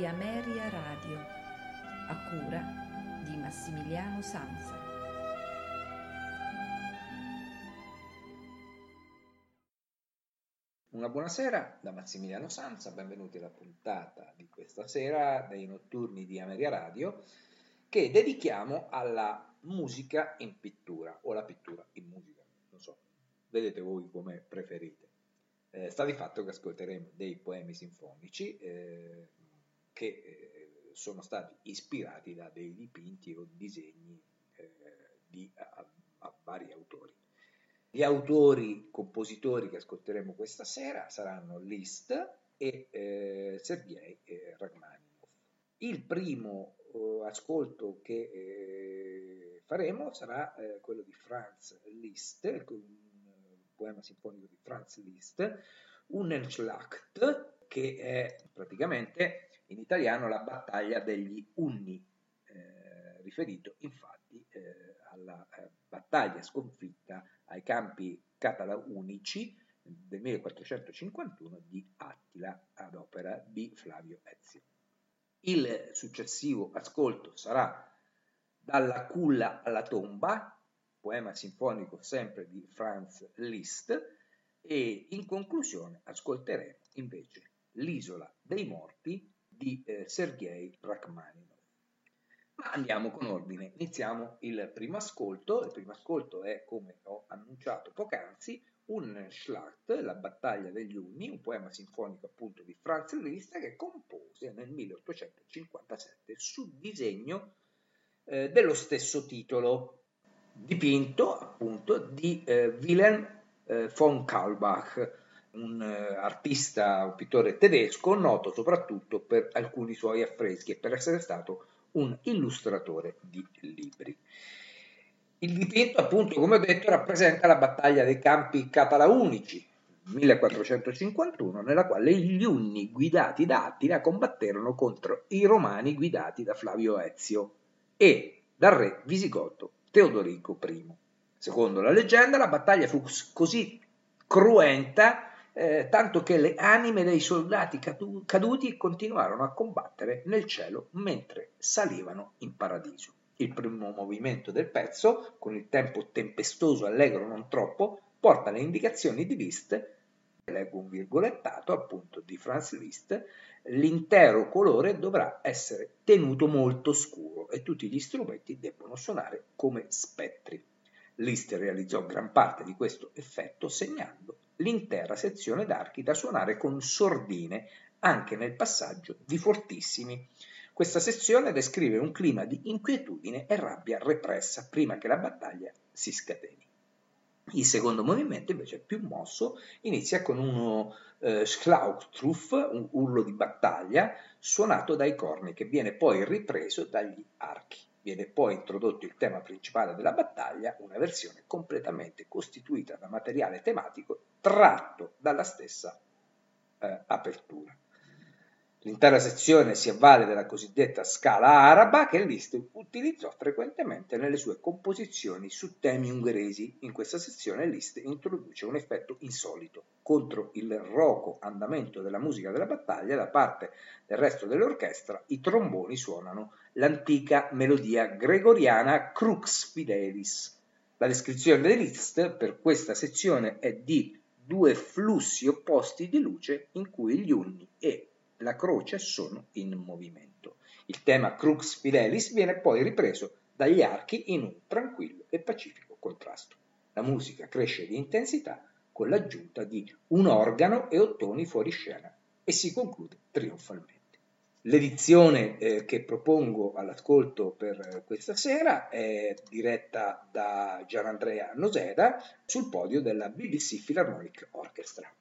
Ameria Radio, a cura di Massimiliano Sanza. Una buonasera da Massimiliano Sanza, benvenuti alla puntata di questa sera dei notturni di Ameria Radio che dedichiamo alla musica in pittura o la pittura in musica, non so, vedete voi come preferite. Sta di fatto che ascolteremo dei poemi sinfonici che sono stati ispirati da dei dipinti o disegni a vari autori. Gli autori, compositori che ascolteremo questa sera saranno Liszt e Sergei Rachmaninov. Il primo ascolto che faremo sarà quello di Franz Liszt, un poema sinfonico di Franz Liszt, Unenschlacht, che è praticamente in italiano la battaglia degli Unni, riferito infatti alla battaglia sconfitta ai campi catalaunici del 1451 di Attila ad opera di Flavio Ezio. Il successivo ascolto sarà Dalla culla alla tomba, poema sinfonico sempre di Franz Liszt, e in conclusione ascolteremo invece L'isola dei morti di Sergei Rachmaninov. Ma andiamo con ordine, iniziamo il primo ascolto. Il primo ascolto è, come ho annunciato poc'anzi, Unenschlacht, la battaglia degli Unni, un poema sinfonico appunto di Franz Liszt che compose nel 1857 su disegno dello stesso titolo, dipinto appunto di Wilhelm von Kaulbach, un artista, un pittore tedesco noto soprattutto per alcuni suoi affreschi e per essere stato un illustratore di libri. Il dipinto, appunto, come ho detto, rappresenta la battaglia dei campi catalaunici 1451, nella quale gli Unni guidati da Attila combatterono contro i Romani guidati da Flavio Ezio e dal re visigoto Teodorico I. Secondo la leggenda, la battaglia fu così cruenta tanto che le anime dei soldati caduti continuarono a combattere nel cielo mentre salivano in paradiso. Il primo movimento del pezzo, con il tempo tempestoso, allegro non troppo, porta le indicazioni di Liszt, leggo un virgolettato appunto di Franz Liszt: l'intero colore dovrà essere tenuto molto scuro e tutti gli strumenti debbono suonare come spettri. Liszt realizzò gran parte di questo effetto segnando l'intera sezione d'archi da suonare con sordine anche nel passaggio di fortissimi. Questa sezione descrive un clima di inquietudine e rabbia repressa prima che la battaglia si scateni. Il secondo movimento invece è più mosso, inizia con uno Schlauchtruf, un urlo di battaglia suonato dai corni che viene poi ripreso dagli archi. Viene poi introdotto il tema principale della battaglia, una versione completamente costituita da materiale tematico tratto dalla stessa apertura. L'intera sezione si avvale della cosiddetta scala araba che Liszt utilizzò frequentemente nelle sue composizioni su temi ungheresi. In questa sezione Liszt introduce un effetto insolito. Contro il roco andamento della musica della battaglia, da parte del resto dell'orchestra, i tromboni suonano l'antica melodia gregoriana Crux Fidelis. La descrizione di Liszt per questa sezione è di due flussi opposti di luce in cui gli Unni e la croce sono in movimento. Il tema Crux Fidelis viene poi ripreso dagli archi in un tranquillo e pacifico contrasto. La musica cresce di intensità con l'aggiunta di un organo e ottoni fuori scena e si conclude trionfalmente. L'edizione che propongo all'ascolto per questa sera è diretta da Gianandrea Noseda sul podio della BBC Philharmonic Orchestra.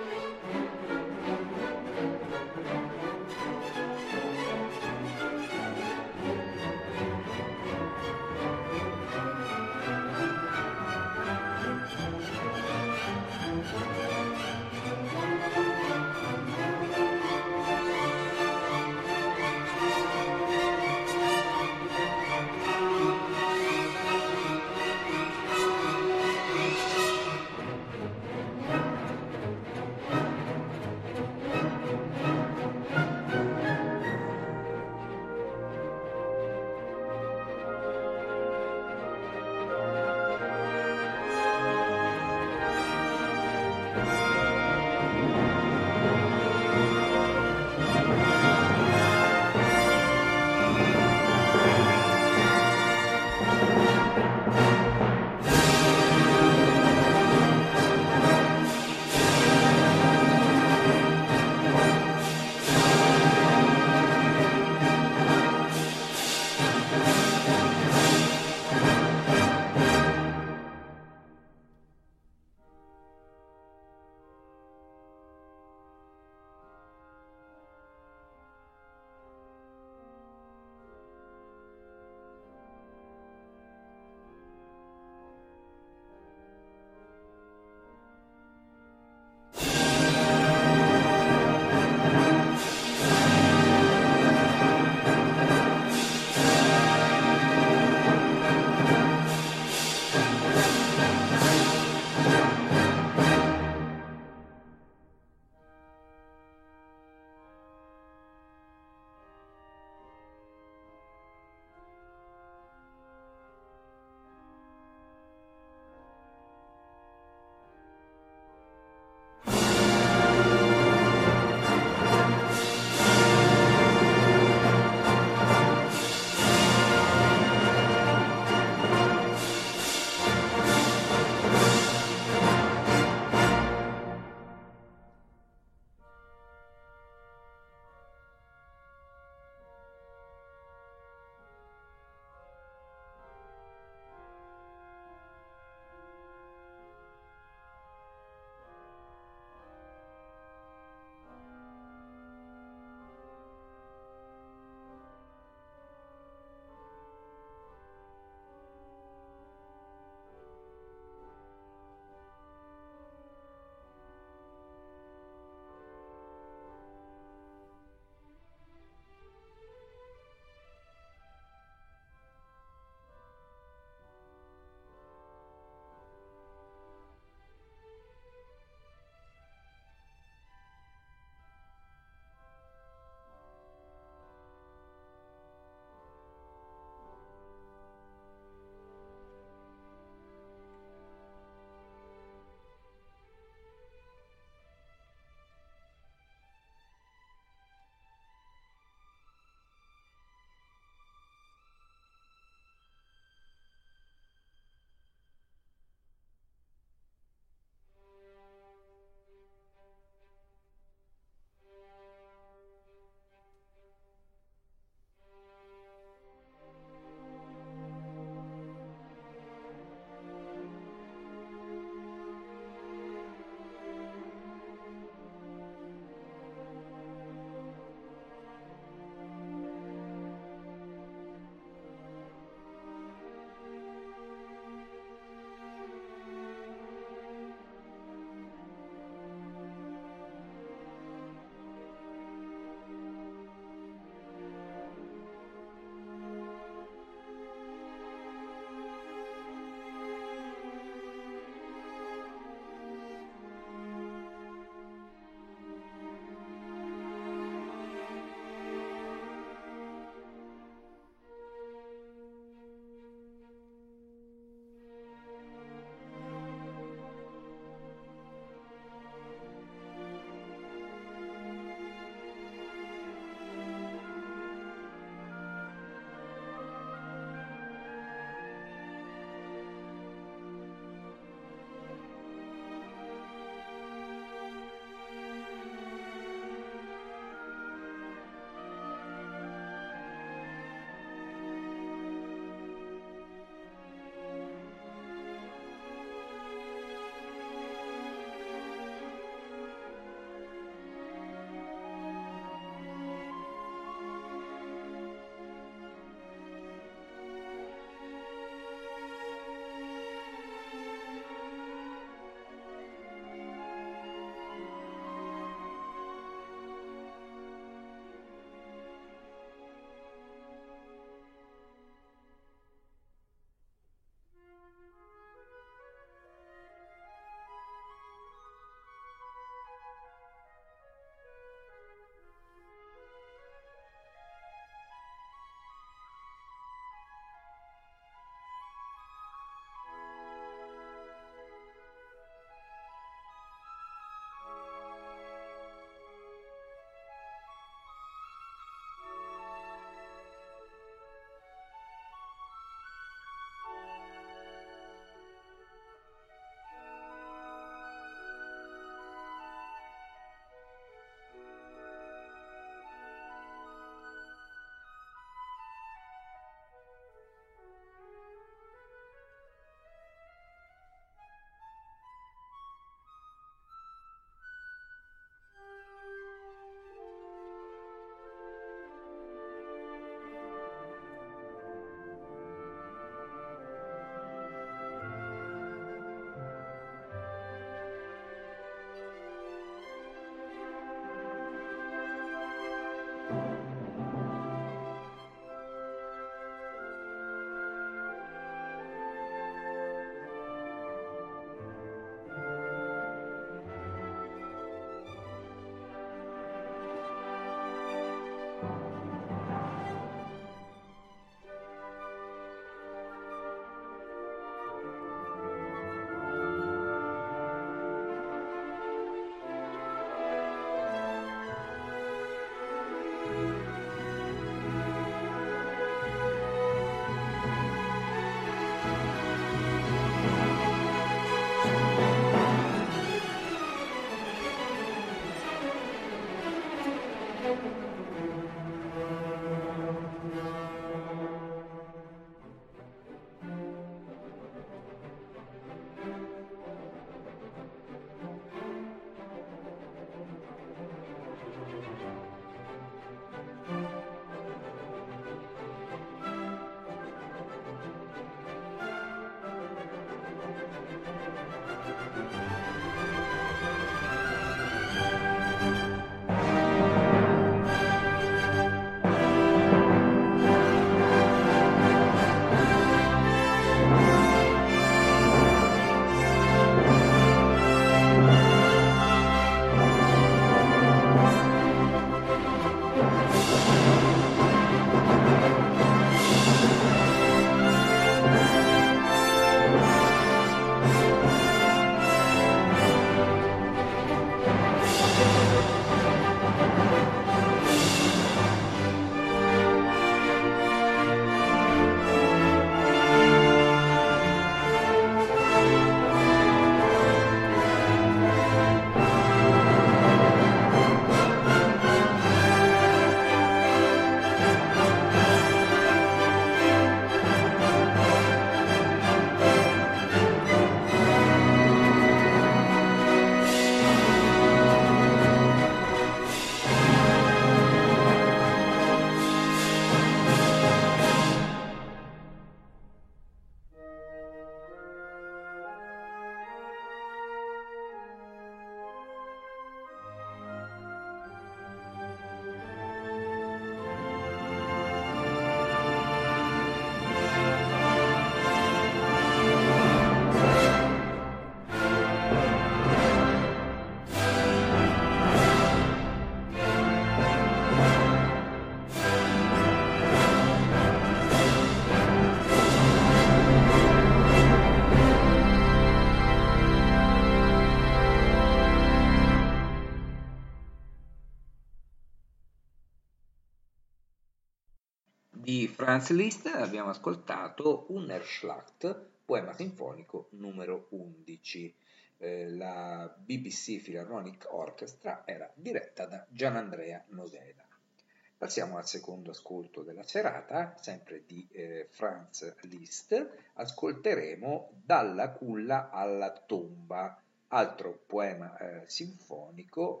Franz Liszt abbiamo ascoltato Unerschlacht, poema sinfonico numero 11. La BBC Philharmonic Orchestra era diretta da Gianandrea Noseda. Passiamo al secondo ascolto della serata, sempre di Franz Liszt. Ascolteremo Dalla culla alla tomba, altro poema sinfonico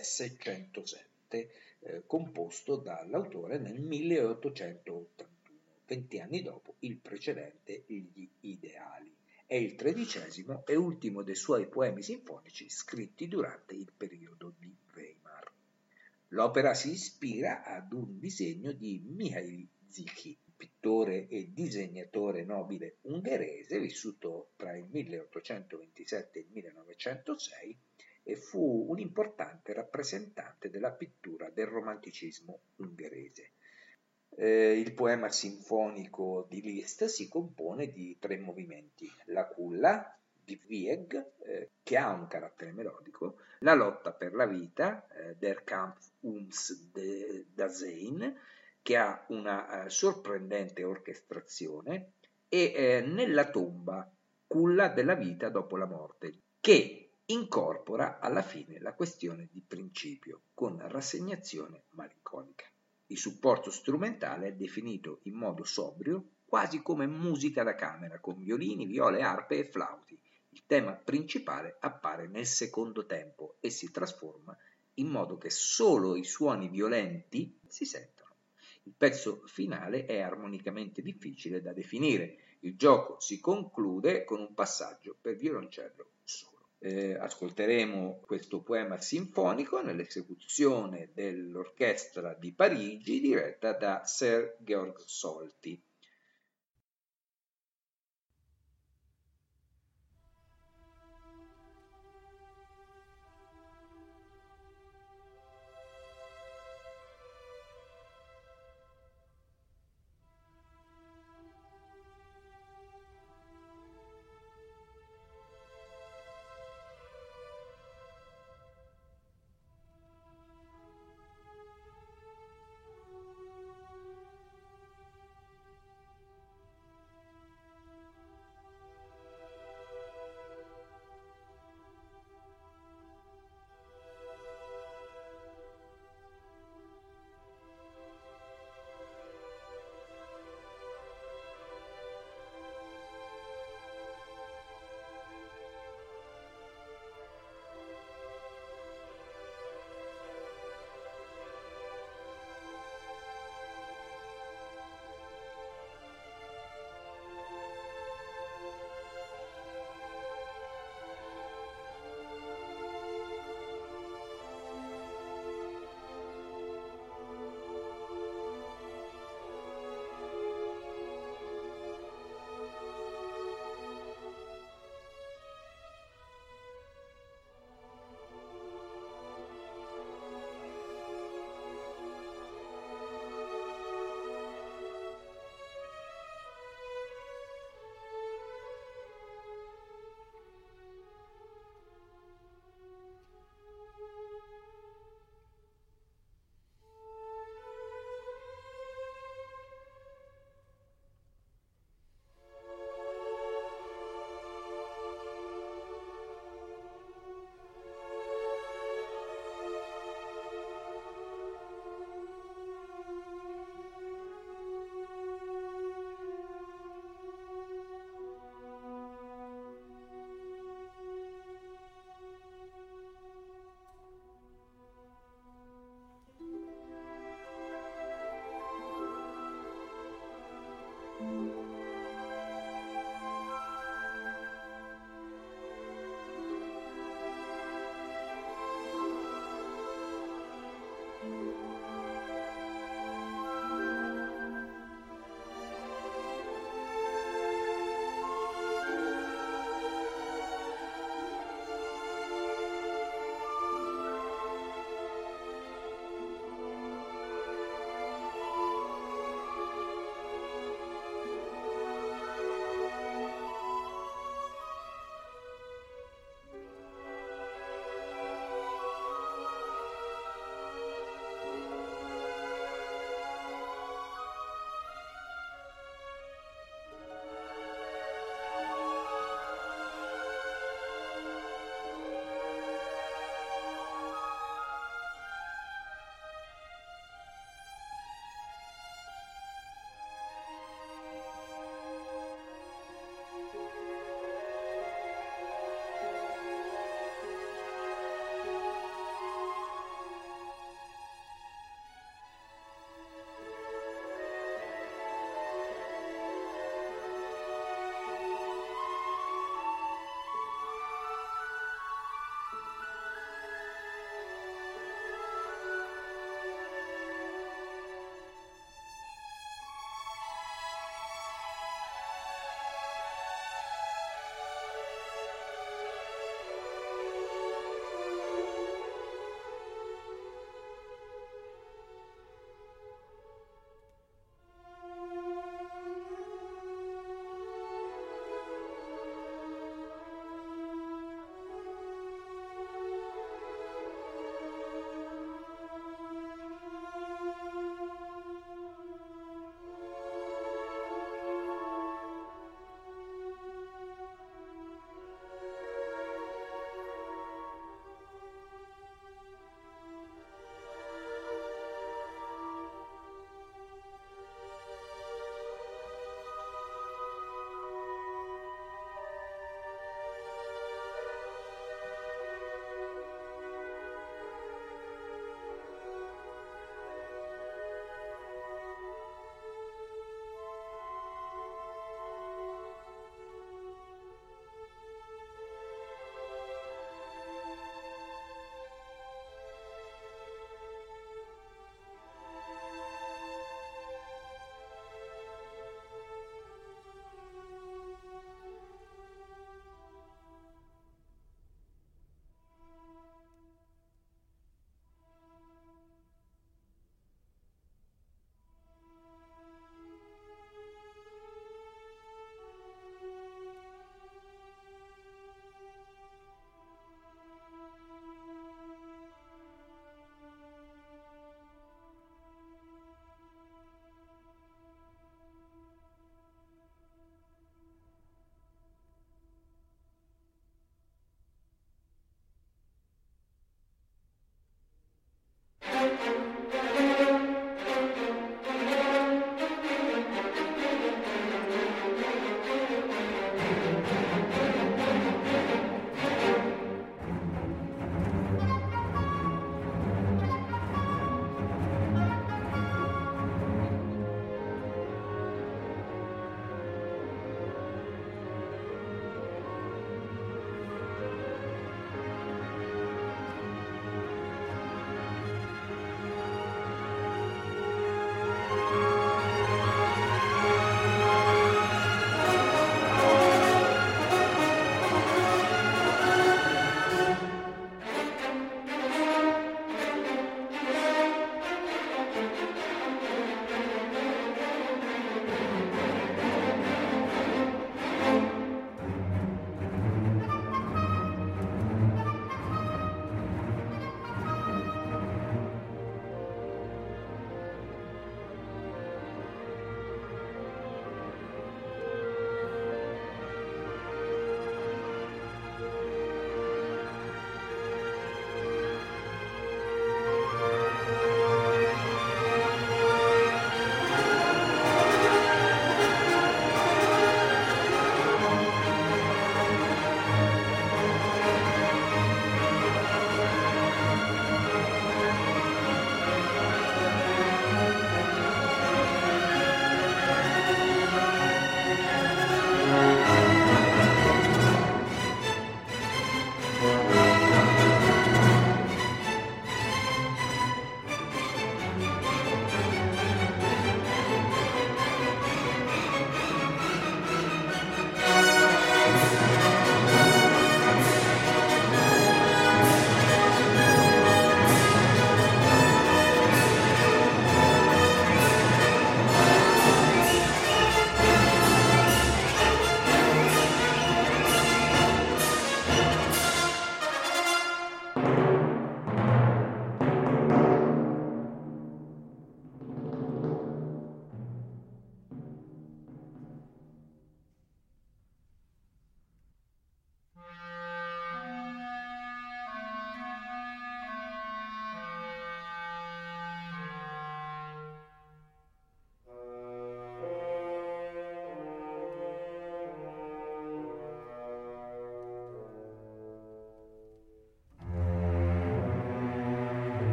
S107, composto dall'autore nel 1881, 20 anni dopo il precedente Gli Ideali. È il 13° e ultimo dei suoi poemi sinfonici scritti durante il periodo di Weimar. L'opera si ispira ad un disegno di Mihály Zichy, pittore e disegnatore nobile ungherese, vissuto tra il 1827 e il 1906, e fu un importante rappresentante della pittura del romanticismo ungherese. Il poema sinfonico di Liszt si compone di 3 movimenti: la culla, di Wieg, che ha un carattere melodico, la lotta per la vita, Der Kampf ums Dasein, che ha una sorprendente orchestrazione, e nella tomba, culla della vita dopo la morte, che incorpora alla fine la questione di principio con rassegnazione malinconica. Il supporto strumentale è definito in modo sobrio, quasi come musica da camera, con violini, viole, arpe e flauti. Il tema principale appare nel secondo tempo e si trasforma in modo che solo i suoni violenti si sentono. Il pezzo finale è armonicamente difficile da definire. Il gioco si conclude con un passaggio per violoncello solo. Ascolteremo questo poema sinfonico nell'esecuzione dell'Orchestra di Parigi diretta da Sir Georg Solti.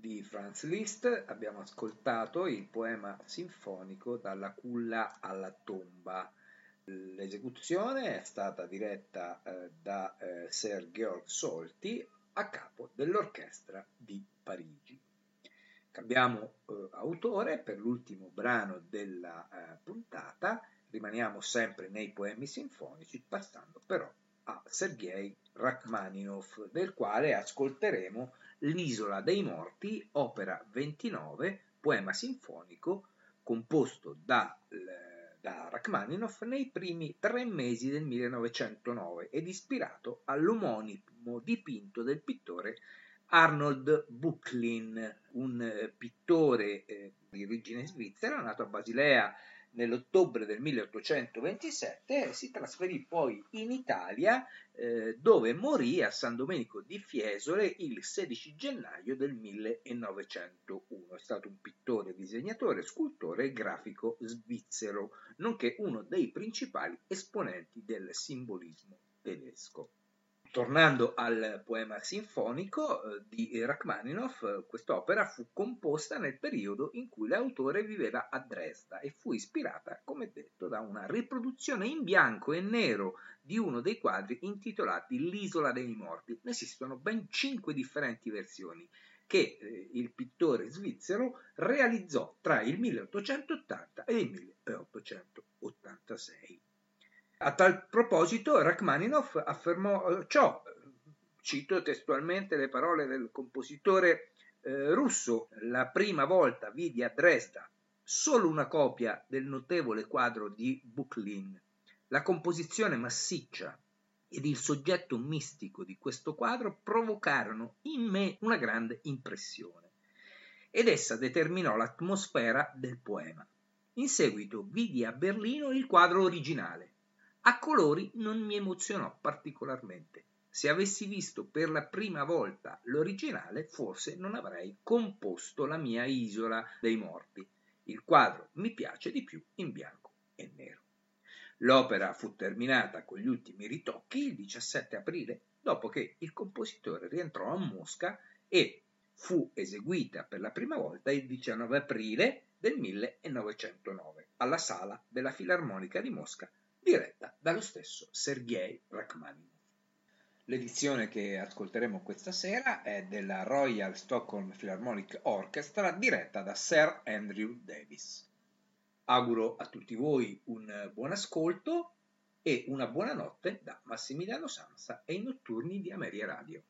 di Franz Liszt abbiamo ascoltato il poema sinfonico Dalla culla alla tomba. L'esecuzione è stata diretta da Sir Georg Solti a capo dell'orchestra di Parigi. Cambiamo autore per l'ultimo brano della puntata, rimaniamo sempre nei poemi sinfonici, passando però a Sergei Rachmaninov, del quale ascolteremo L'isola dei morti, opera 29, poema sinfonico composto da Rachmaninov nei primi 3 mesi del 1909 ed ispirato all'omonimo dipinto del pittore Arnold Böcklin, un pittore di origine svizzera, nato a Basilea nell'ottobre del 1827, si trasferì poi in Italia dove morì a San Domenico di Fiesole il 16 gennaio del 1901. È stato un pittore, disegnatore, scultore e grafico svizzero, nonché uno dei principali esponenti del simbolismo tedesco. Tornando al poema sinfonico di Rachmaninov, quest'opera fu composta nel periodo in cui l'autore viveva a Dresda e fu ispirata, come detto, da una riproduzione in bianco e nero di uno dei quadri intitolati L'isola dei morti. Ne esistono ben 5 differenti versioni che il pittore svizzero realizzò tra il 1880 e il 1886. A tal proposito Rachmaninov affermò ciò, cito testualmente le parole del compositore russo: la prima volta vidi a Dresda solo una copia del notevole quadro di Böcklin. La composizione massiccia ed il soggetto mistico di questo quadro provocarono in me una grande impressione ed essa determinò l'atmosfera del poema. In seguito vidi a Berlino il quadro originale. A colori non mi emozionò particolarmente. Se avessi visto per la prima volta l'originale, forse non avrei composto la mia Isola dei morti. Il quadro mi piace di più in bianco e nero. L'opera fu terminata con gli ultimi ritocchi il 17 aprile, dopo che il compositore rientrò a Mosca, e fu eseguita per la prima volta il 19 aprile del 1909 alla Sala della Filarmonica di Mosca, diretta dallo stesso Sergei Rachmaninov. L'edizione che ascolteremo questa sera è della Royal Stockholm Philharmonic Orchestra, diretta da Sir Andrew Davis. Auguro a tutti voi un buon ascolto e una buona notte da Massimiliano Samsa e i notturni di Ameria Radio.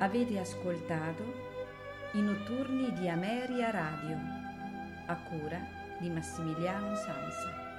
Avete ascoltato I notturni di Ameria Radio, a cura di Massimiliano Sansa.